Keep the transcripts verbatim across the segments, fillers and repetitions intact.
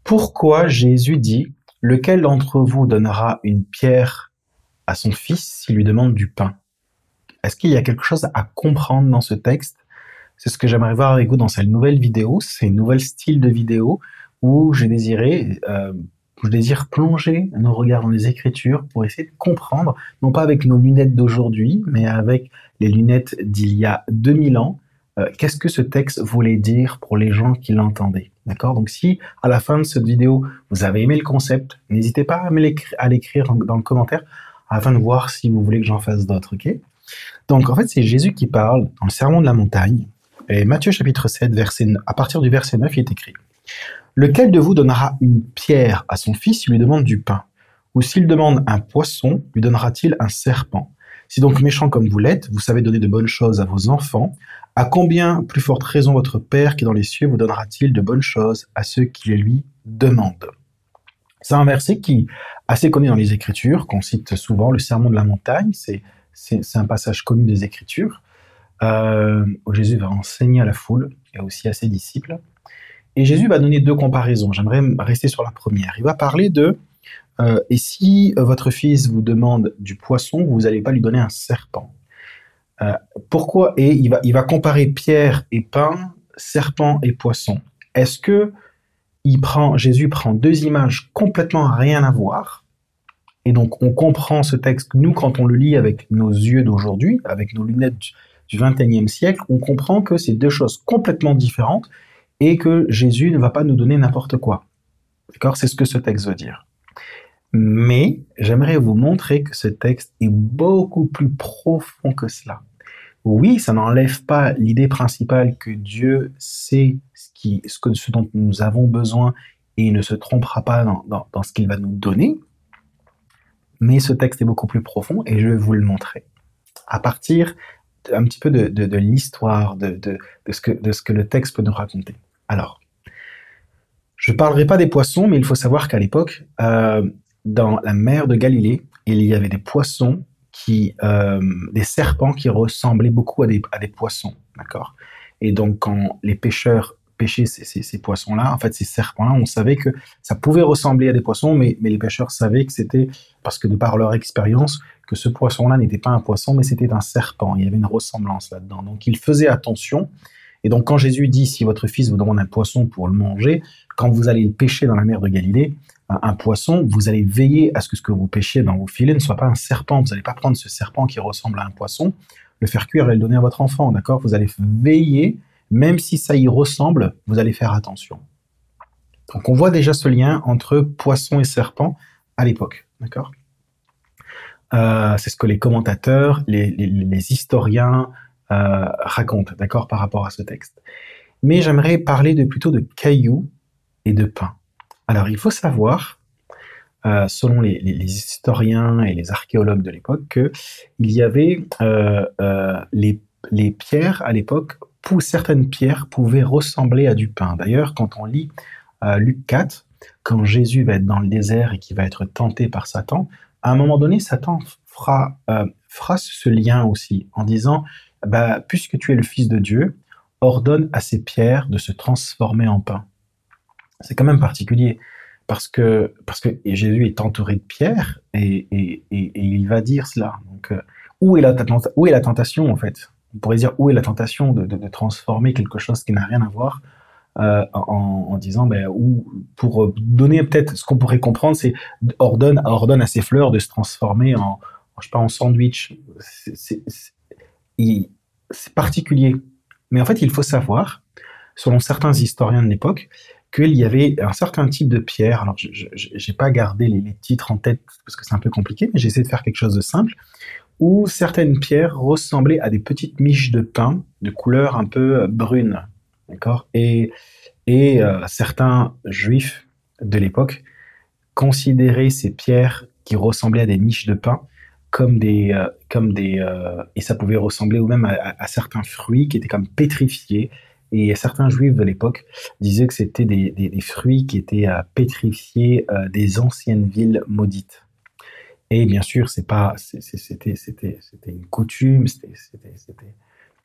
Pourquoi Jésus dit « Lequel d'entre vous donnera une pierre à son fils s'il lui demande du pain ?» Est-ce qu'il y a quelque chose à comprendre dans ce texte? C'est ce que j'aimerais voir avec vous dans cette nouvelle vidéo, c'est un nouvel style de vidéo où je désirais, euh, je désire plonger nos regards dans les Écritures pour essayer de comprendre, non pas avec nos lunettes d'aujourd'hui, mais avec les lunettes d'il y a deux mille ans, euh, qu'est-ce que ce texte voulait dire pour les gens qui l'entendaient. D'accord? Donc si à la fin de cette vidéo, vous avez aimé le concept, n'hésitez pas à me l'écrire, à l'écrire dans, dans le commentaire afin de voir si vous voulez que j'en fasse d'autres, ok? Donc en fait, c'est Jésus qui parle dans le Sermon de la montagne. Et Matthieu chapitre sept, verset, à partir du verset neuf, il est écrit « Lequel de vous donnera une pierre à son fils s'il lui demande du pain? Ou s'il demande un poisson, lui donnera-t-il un serpent? Si donc méchant comme vous l'êtes, vous savez donner de bonnes choses à vos enfants, à combien plus forte raison votre Père qui est dans les cieux vous donnera-t-il de bonnes choses à ceux qui les lui demandent ?» C'est un verset qui est assez connu dans les Écritures, qu'on cite souvent, le Sermon de la montagne, c'est, c'est, c'est un passage connu des Écritures. Euh, où Jésus va enseigner à la foule et aussi à ses disciples. Et Jésus va donner deux comparaisons. J'aimerais rester sur la première. Il va parler de euh, « Et si votre fils vous demande du poisson, vous n'allez pas lui donner un serpent. Euh, » Pourquoi? Et il va, il va comparer pierre et pain, serpent et poisson. Est-ce que il prend, Jésus prend deux images complètement rien à voir? Et donc on comprend ce texte, nous, quand on le lit avec nos yeux d'aujourd'hui, avec nos lunettes du vingt et unième siècle, on comprend que c'est deux choses complètement différentes et que Jésus ne va pas nous donner n'importe quoi. D'accord? C'est ce que ce texte veut dire. Mais j'aimerais vous montrer que ce texte est beaucoup plus profond que cela. Oui, ça n'enlève pas l'idée principale que Dieu sait ce, qui, ce, que, ce dont nous avons besoin et il ne se trompera pas dans, dans, dans ce qu'il va nous donner. Mais ce texte est beaucoup plus profond et je vais vous le montrer. À partir un petit peu de, de, de l'histoire, de, de, de, ce que, de ce que le texte peut nous raconter. Alors, je ne parlerai pas des poissons, mais il faut savoir qu'à l'époque, euh, dans la mer de Galilée, il y avait des poissons, qui, euh, des serpents qui ressemblaient beaucoup à des, à des poissons, d'accord? Et donc, quand les pêcheurs pêchaient ces, ces, ces poissons-là, en fait, ces serpents-là, on savait que ça pouvait ressembler à des poissons, mais, mais les pêcheurs savaient que c'était, parce que de par leur expérience, que ce poisson-là n'était pas un poisson, mais c'était un serpent. Il y avait une ressemblance là-dedans. Donc, ils faisaient attention. Et donc, quand Jésus dit, si votre fils vous demande un poisson pour le manger, quand vous allez le pêcher dans la mer de Galilée, un, un poisson, vous allez veiller à ce que ce que vous pêchez dans vos filets ne soit pas un serpent. Vous n'allez pas prendre ce serpent qui ressemble à un poisson, le faire cuire et le donner à votre enfant, d'accord? Vous allez veiller, même si ça y ressemble, vous allez faire attention. Donc, on voit déjà ce lien entre poisson et serpent à l'époque, d'accord? Euh, c'est ce que les commentateurs, les, les, les historiens euh, racontent, d'accord, par rapport à ce texte. Mais j'aimerais parler de, plutôt de cailloux et de pain. Alors, il faut savoir, euh, selon les, les, les historiens et les archéologues de l'époque, qu'il y avait euh, euh, les, les pierres à l'époque, où certaines pierres pouvaient ressembler à du pain. D'ailleurs, quand on lit euh, Luc quatre, quand Jésus va être dans le désert et qu'il va être tenté par Satan, à un moment donné, Satan fera, euh, fera ce lien aussi, en disant bah, « Puisque tu es le Fils de Dieu, ordonne à ces pierres de se transformer en pain. » C'est quand même particulier, parce que, parce que Jésus est entouré de pierres, et, et, et, et il va dire cela. Donc, euh, où, est la, où est la tentation, en fait? On pourrait dire, où est la tentation de, de, de transformer quelque chose qui n'a rien à voir Euh, en, en disant, ben, ou pour donner peut-être ce qu'on pourrait comprendre, c'est ordonne, ordonne à ces fleurs de se transformer en, je sais pas, en sandwich. C'est, c'est, c'est, c'est particulier. Mais en fait, il faut savoir, selon certains historiens de l'époque, qu'il y avait un certain type de pierre. Alors, je, je, j'ai pas gardé les, les titres en tête parce que c'est un peu compliqué, mais j'ai essayé de faire quelque chose de simple, où certaines pierres ressemblaient à des petites miches de pain de couleur un peu brune. D'accord? Et, et euh, certains juifs de l'époque considéraient ces pierres qui ressemblaient à des miches de pain comme des, euh, comme des, euh, et ça pouvait ressembler ou même à, à, à certains fruits qui étaient comme pétrifiés. Et certains juifs de l'époque disaient que c'était des, des, des fruits qui étaient euh, pétrifiés euh, des anciennes villes maudites. Et bien sûr, c'est pas, c'est, c'est, c'était, c'était, c'était une coutume, c'était, c'était, c'était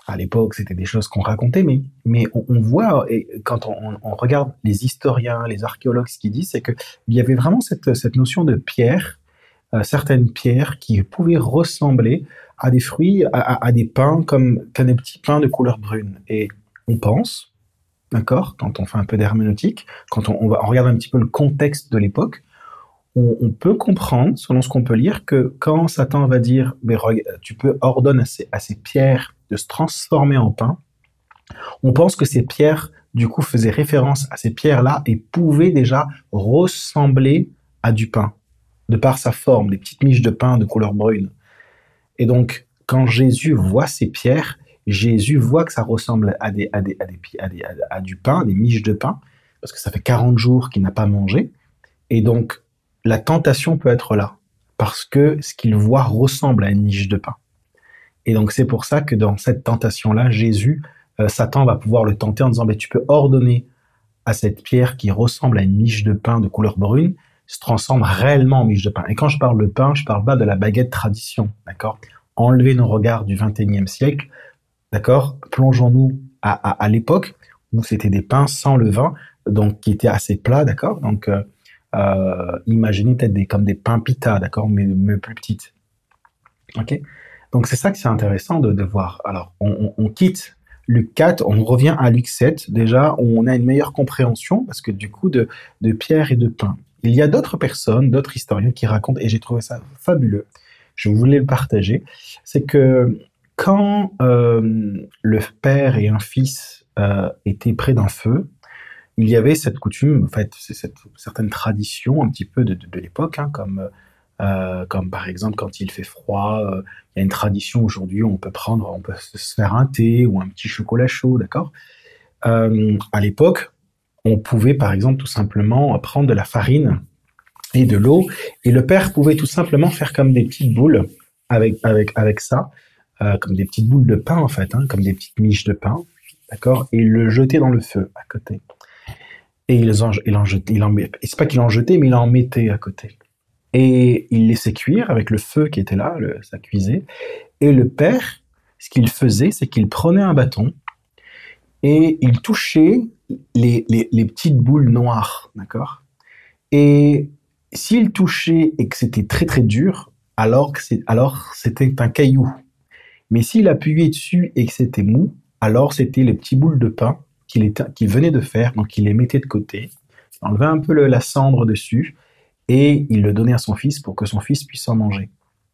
À l'époque, c'était des choses qu'on racontait, mais, mais on, on voit, et quand on, on regarde les historiens, les archéologues, ce qu'ils disent, c'est qu'il y avait vraiment cette, cette notion de pierre, euh, certaines pierres qui pouvaient ressembler à des fruits, à, à, à des pains, comme, comme des petits pains de couleur brune. Et on pense, d'accord, quand on fait un peu d'herméneutique, quand on, on, va, on regarde un petit peu le contexte de l'époque, on, on peut comprendre, selon ce qu'on peut lire, que quand Satan va dire mais tu peux ordonner à ces, à ces pierres de se transformer en pain, on pense que ces pierres, du coup, faisaient référence à ces pierres-là et pouvaient déjà ressembler à du pain, de par sa forme, des petites miches de pain de couleur brune. Et donc, quand Jésus voit ces pierres, Jésus voit que ça ressemble à, des, à, des, à, des, à, des, à, à du pain, des miches de pain, parce que ça fait quarante jours qu'il n'a pas mangé. Et donc, la tentation peut être là, parce que ce qu'il voit ressemble à une miche de pain. Et donc, c'est pour ça que dans cette tentation-là, Jésus, euh, Satan va pouvoir le tenter en disant, bah, tu peux ordonner à cette pierre qui ressemble à une miche de pain de couleur brune, se transforme réellement en miche de pain. Et quand je parle de pain, je parle pas de la baguette tradition, d'accord? Enlevez nos regards du vingt et unième siècle, d'accord? Plongeons-nous à, à, à l'époque où c'était des pains sans levain, donc qui étaient assez plats, d'accord? Donc, euh, Euh, imaginez peut-être des, comme des pains pita, d'accord, mais, mais plus petites. Ok. Donc c'est ça que c'est intéressant de, de voir. Alors on, on, on quitte Luc quatre, on revient à Luc sept. Déjà, on a une meilleure compréhension parce que du coup de, de pierre et de pain. Il y a d'autres personnes, d'autres historiens qui racontent, et j'ai trouvé ça fabuleux. Je voulais le partager. C'est que quand euh, le père et un fils euh, étaient près d'un feu, il y avait cette coutume, en fait, c'est cette certaine tradition un petit peu de, de, de l'époque, hein, comme, euh, comme par exemple quand il fait froid, euh, il y a une tradition aujourd'hui où on peut prendre, on peut se faire un thé ou un petit chocolat chaud, d'accord. Euh, à l'époque, on pouvait par exemple tout simplement prendre de la farine et de l'eau, et le père pouvait tout simplement faire comme des petites boules avec avec avec ça, euh, comme des petites boules de pain en fait, hein, comme des petites miches de pain, d'accord, et le jeter dans le feu à côté. Et il en, il en jetait, il en, c'est pas qu'il en jetait, mais il en mettait à côté. Et il laissait cuire avec le feu qui était là, le, ça cuisait. Et le père, ce qu'il faisait, c'est qu'il prenait un bâton et il touchait les, les, les petites boules noires, d'accord? Et s'il touchait et que c'était très très dur, alors que c'est, alors c'était un caillou. Mais s'il appuyait dessus et que c'était mou, alors c'était les petites boules de pain qu'il, était, qu'il venait de faire, donc il les mettait de côté, il enlevait un peu le, la cendre dessus, et il le donnait à son fils pour que son fils puisse en manger.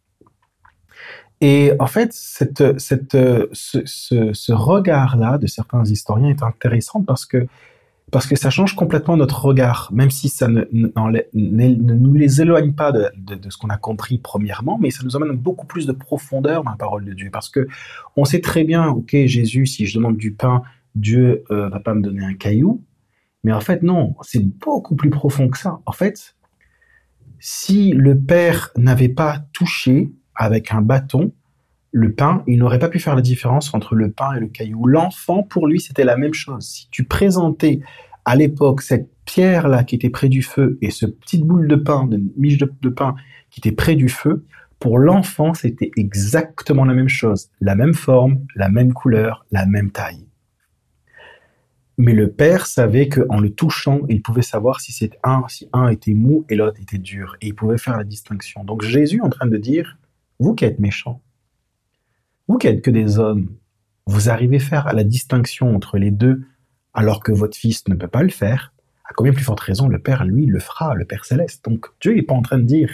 Et en fait, cette, cette, ce, ce, ce regard-là de certains historiens est intéressant parce que, parce que ça change complètement notre regard, même si ça ne, ne, ne, ne nous les éloigne pas de, de, de ce qu'on a compris premièrement, mais ça nous amène beaucoup plus de profondeur dans la parole de Dieu. Parce que on sait très bien, ok, Jésus, si je demande du pain, Dieu euh, va pas me donner un caillou. Mais en fait, non, c'est beaucoup plus profond que ça. En fait, si le père n'avait pas touché avec un bâton le pain, il n'aurait pas pu faire la différence entre le pain et le caillou. L'enfant, pour lui, c'était la même chose. Si tu présentais à l'époque cette pierre-là qui était près du feu et ce petite boule de pain, de miche de, de pain qui était près du feu, pour l'enfant, c'était exactement la même chose. La même forme, la même couleur, la même taille. Mais le père savait qu'en le touchant, il pouvait savoir si c'est un, si un était mou et l'autre était dur. Et il pouvait faire la distinction. Donc Jésus est en train de dire, vous qui êtes méchants, vous qui êtes que des hommes, vous arrivez à faire la distinction entre les deux alors que votre fils ne peut pas le faire, à combien plus forte raison le Père, lui, le fera, le Père Céleste. Donc Dieu n'est pas en train de dire,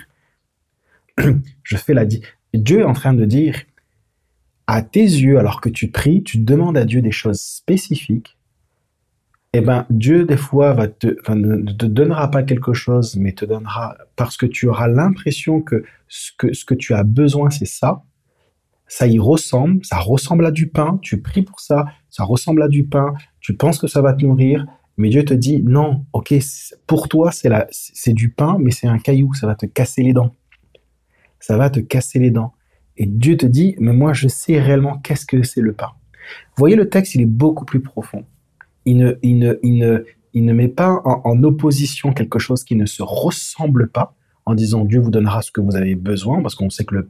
je fais la di- Dieu est en train de dire, à tes yeux, alors que tu pries, tu demandes à Dieu des choses spécifiques, eh ben, Dieu, des fois, va te, enfin, ne te donnera pas quelque chose, mais te donnera, parce que tu auras l'impression que ce que, ce que tu as besoin, c'est ça. Ça y ressemble, ça ressemble à du pain, tu pries pour ça, ça ressemble à du pain, tu penses que ça va te nourrir, mais Dieu te dit, non, ok, pour toi, c'est la, c'est du pain, mais c'est un caillou, ça va te casser les dents. Ça va te casser les dents. Et Dieu te dit, mais moi, je sais réellement qu'est-ce que c'est le pain. Vous voyez, le texte, il est beaucoup plus profond. Il ne, il ne, il ne, il ne met pas en, en opposition quelque chose qui ne se ressemble pas, en disant Dieu vous donnera ce que vous avez besoin, parce qu'on sait que le pain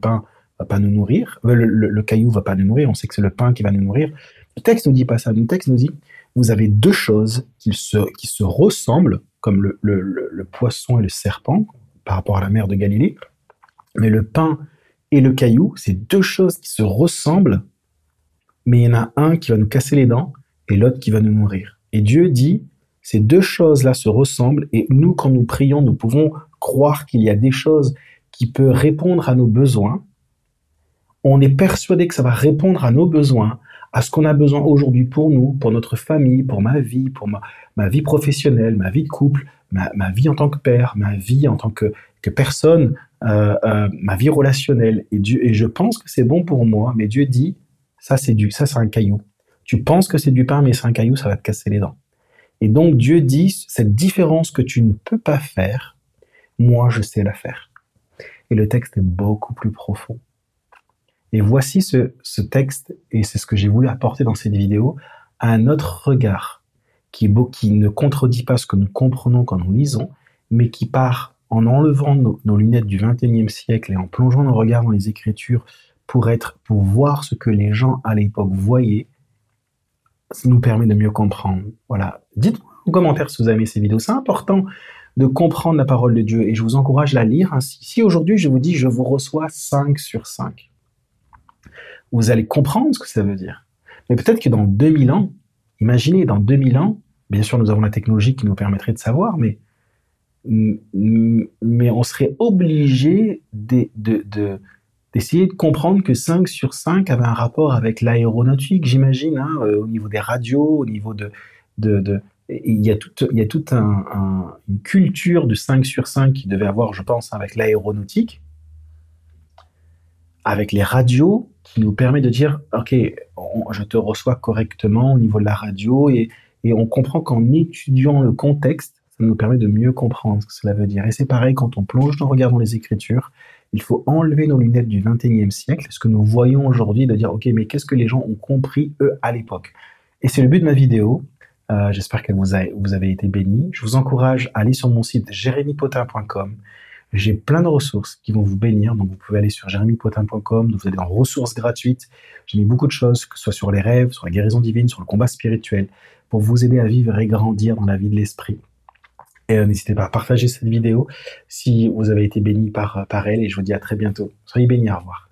va pas nous nourrir, le, le, le caillou va pas nous nourrir, on sait que c'est le pain qui va nous nourrir. Le texte nous dit pas ça, le texte nous dit, vous avez deux choses qui se, qui se ressemblent, comme le, le, le, le poisson et le serpent, par rapport à la mer de Galilée, mais le pain et le caillou, c'est deux choses qui se ressemblent, mais il y en a un qui va nous casser les dents et l'autre qui va nous nourrir. Et Dieu dit, ces deux choses-là se ressemblent, et nous, quand nous prions, nous pouvons croire qu'il y a des choses qui peuvent répondre à nos besoins. On est persuadé que ça va répondre à nos besoins, à ce qu'on a besoin aujourd'hui pour nous, pour notre famille, pour ma vie, pour ma, ma vie professionnelle, ma vie de couple, ma, ma vie en tant que père, ma vie en tant que, que personne, euh, euh, ma vie relationnelle. Et, Dieu, et je pense que c'est bon pour moi, mais Dieu dit, ça c'est du, ça c'est un caillou. Tu penses que c'est du pain, mais c'est un caillou, ça va te casser les dents. Et donc Dieu dit, cette différence que tu ne peux pas faire, moi je sais la faire. Et le texte est beaucoup plus profond. Et voici ce, ce texte, et c'est ce que j'ai voulu apporter dans cette vidéo, à un autre regard, qui, est beau, qui ne contredit pas ce que nous comprenons quand nous lisons, mais qui part en enlevant nos, nos lunettes du vingt et unième siècle et en plongeant nos regards dans les Écritures pour, être, pour voir ce que les gens à l'époque voyaient. Ça nous permet de mieux comprendre. Voilà. Dites-moi en commentaire si vous aimez ces vidéos. C'est important de comprendre la parole de Dieu et je vous encourage à la lire ainsi. Si aujourd'hui je vous dis je vous reçois cinq sur cinq, vous allez comprendre ce que ça veut dire. Mais peut-être que dans deux mille ans, imaginez dans deux mille ans, bien sûr nous avons la technologie qui nous permettrait de savoir, mais, mais on serait obligé de, de, de d'essayer de comprendre que cinq sur cinq avait un rapport avec l'aéronautique, j'imagine, hein, euh, au niveau des radios, au niveau de... de, de il y a toute il y a toute un, un, une culture de cinq sur cinq qui devait avoir, je pense, avec l'aéronautique, avec les radios, qui nous permet de dire, ok, on, je te reçois correctement au niveau de la radio, et, et on comprend qu'en étudiant le contexte, ça nous permet de mieux comprendre ce que cela veut dire. Et c'est pareil quand on plonge nos regards dans les Écritures, il faut enlever nos lunettes du vingt et unième siècle, ce que nous voyons aujourd'hui, de dire, ok, mais qu'est-ce que les gens ont compris, eux, à l'époque? Et c'est le but de ma vidéo. Euh, j'espère que vous avez, vous avez été bénis. Je vous encourage à aller sur mon site jérémy potin point com. J'ai plein de ressources qui vont vous bénir, donc vous pouvez aller sur jérémy potin point com, vous allez dans ressources gratuites. J'ai mis beaucoup de choses, que ce soit sur les rêves, sur la guérison divine, sur le combat spirituel, pour vous aider à vivre et grandir dans la vie de l'esprit. Et euh, n'hésitez pas à partager cette vidéo si vous avez été bénis par, par elle, et je vous dis à très bientôt. Soyez bénis, au revoir.